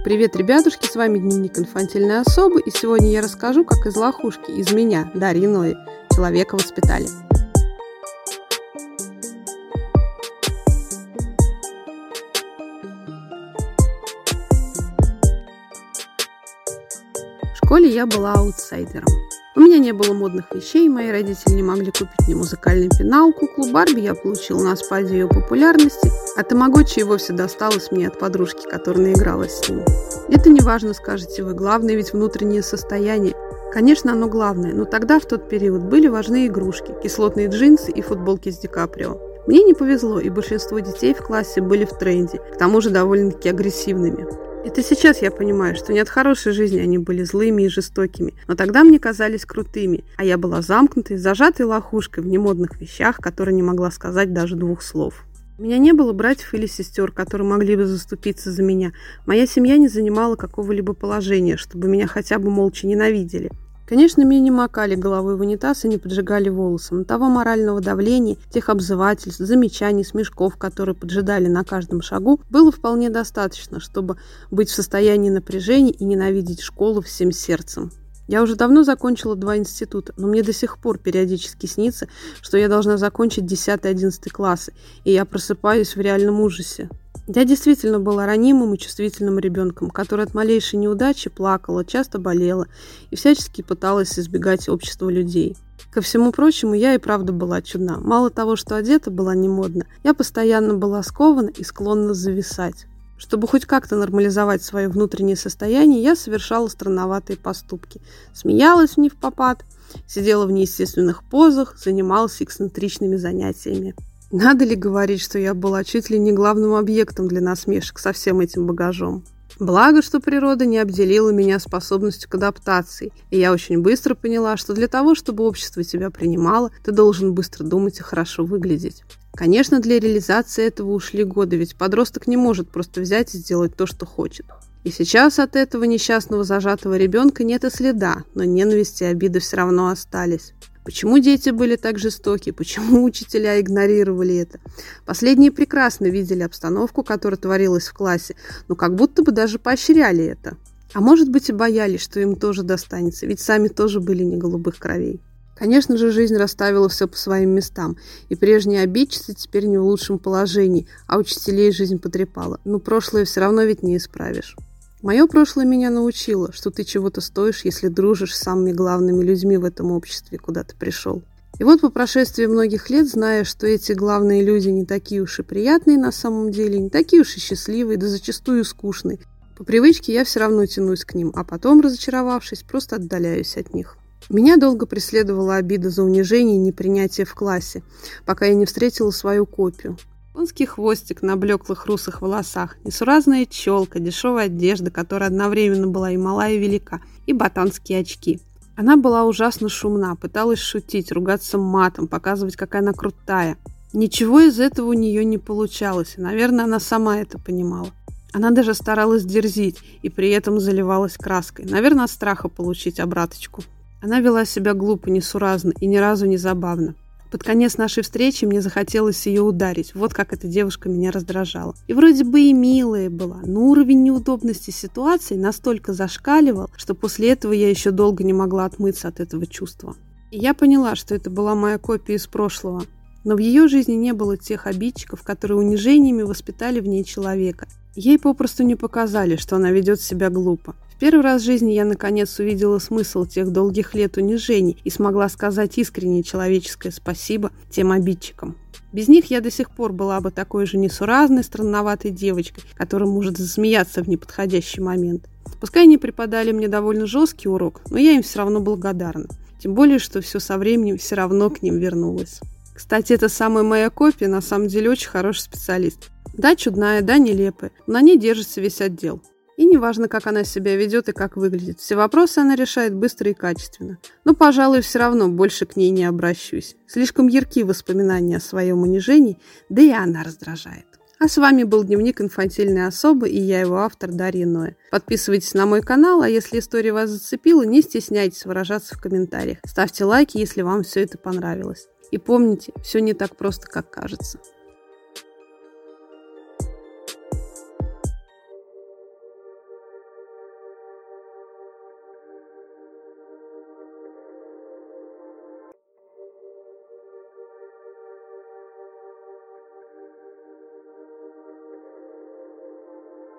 Привет, ребятушки, с вами Дневник инфантильной особы, и сегодня я расскажу, как из лохушки, из меня, Дарьи Нои, человека воспитали. В школе я была аутсайдером. У меня не было модных вещей, мои родители не могли купить мне музыкальный пенал, куклу Барби я получила на спаде ее популярности, а тамагочи и вовсе досталось мне от подружки, которая наигралась с ним. Это не важно, скажете вы, главное ведь внутреннее состояние. Конечно, оно главное, но тогда, в тот период, были важны игрушки, кислотные джинсы и футболки с Ди Каприо. Мне не повезло, и большинство детей в классе были в тренде, к тому же довольно-таки агрессивными. Это сейчас я понимаю, что не от хорошей жизни они были злыми и жестокими, но тогда мне казались крутыми, а я была замкнутой, зажатой лохушкой в немодных вещах, которые не могла сказать даже двух слов. У меня не было братьев или сестер, которые могли бы заступиться за меня. Моя семья не занимала какого-либо положения, чтобы меня хотя бы молча ненавидели. Конечно, меня не макали головой в унитаз и не поджигали волосы, но того морального давления, тех обзывательств, замечаний, смешков, которые поджидали на каждом шагу, было вполне достаточно, чтобы быть в состоянии напряжения и ненавидеть школу всем сердцем. Я уже давно закончила 2 института, но мне до сих пор периодически снится, что я должна закончить 10-11 классы, и я просыпаюсь в реальном ужасе. Я действительно была ранимым и чувствительным ребенком, который от малейшей неудачи плакала, часто болела и всячески пыталась избегать общества людей. Ко всему прочему, я и правда была чудна. Мало того, что одета была не модно, я постоянно была скована и склонна зависать. Чтобы хоть как-то нормализовать свое внутреннее состояние, я совершала странноватые поступки. Смеялась невпопад, сидела в неестественных позах, занималась эксцентричными занятиями. Надо ли говорить, что я была чуть ли не главным объектом для насмешек со всем этим багажом? Благо, что природа не обделила меня способностью к адаптации, и я очень быстро поняла, что для того, чтобы общество тебя принимало, ты должен быстро думать и хорошо выглядеть. Конечно, для реализации этого ушли годы, ведь подросток не может просто взять и сделать то, что хочет. И сейчас от этого несчастного зажатого ребенка нет и следа, но ненависть и обиды все равно остались. Почему дети были так жестоки? Почему учителя игнорировали это? Последние прекрасно видели обстановку, которая творилась в классе, но как будто бы даже поощряли это. А может быть и боялись, что им тоже достанется, ведь сами тоже были не голубых кровей. Конечно же, жизнь расставила все по своим местам, и прежние обидчицы теперь не в лучшем положении, а учителей жизнь потрепала. Но прошлое все равно ведь не исправишь. Мое прошлое меня научило, что ты чего-то стоишь, если дружишь с самыми главными людьми в этом обществе, куда ты пришел. И вот по прошествии многих лет, зная, что эти главные люди не такие уж и приятные на самом деле, не такие уж и счастливые, да зачастую скучные, по привычке я все равно тянусь к ним, а потом, разочаровавшись, просто отдаляюсь от них. Меня долго преследовала обида за унижение и непринятие в классе, пока я не встретила свою копию. Конский хвостик на блеклых русых волосах, несуразная челка, дешевая одежда, которая одновременно была и мала, и велика, и ботанские очки. Она была ужасно шумна, пыталась шутить, ругаться матом, показывать, какая она крутая. Ничего из этого у нее не получалось, и, наверное, она сама это понимала. Она даже старалась дерзить и при этом заливалась краской, наверное, от страха получить обраточку. Она вела себя глупо, несуразно и ни разу не забавно. Под конец нашей встречи мне захотелось ее ударить. Вот как эта девушка меня раздражала. И вроде бы и милая была, но уровень неудобности ситуации настолько зашкаливал, что после этого я еще долго не могла отмыться от этого чувства. И я поняла, что это была моя копия из прошлого. Но в ее жизни не было тех обидчиков, которые унижениями воспитали в ней человека. Ей попросту не показали, что она ведет себя глупо. В первый раз в жизни я наконец увидела смысл тех долгих лет унижений и смогла сказать искреннее человеческое спасибо тем обидчикам. Без них я до сих пор была бы такой же несуразной, странноватой девочкой, которая может засмеяться в неподходящий момент. Пускай они преподали мне довольно жесткий урок, но я им все равно благодарна. Тем более, что все со временем все равно к ним вернулось. Кстати, эта самая моя копия на самом деле очень хороший специалист. Да, чудная, да, нелепая, но на ней держится весь отдел. И неважно, как она себя ведет и как выглядит. Все вопросы она решает быстро и качественно. Но, пожалуй, все равно больше к ней не обращусь. Слишком яркие воспоминания о своем унижении, да и она раздражает. А с вами был Дневник инфантильной особы, и я его автор Дарья Ноя. Подписывайтесь на мой канал, а если история вас зацепила, не стесняйтесь выражаться в комментариях. Ставьте лайки, если вам все это понравилось. И помните, все не так просто, как кажется.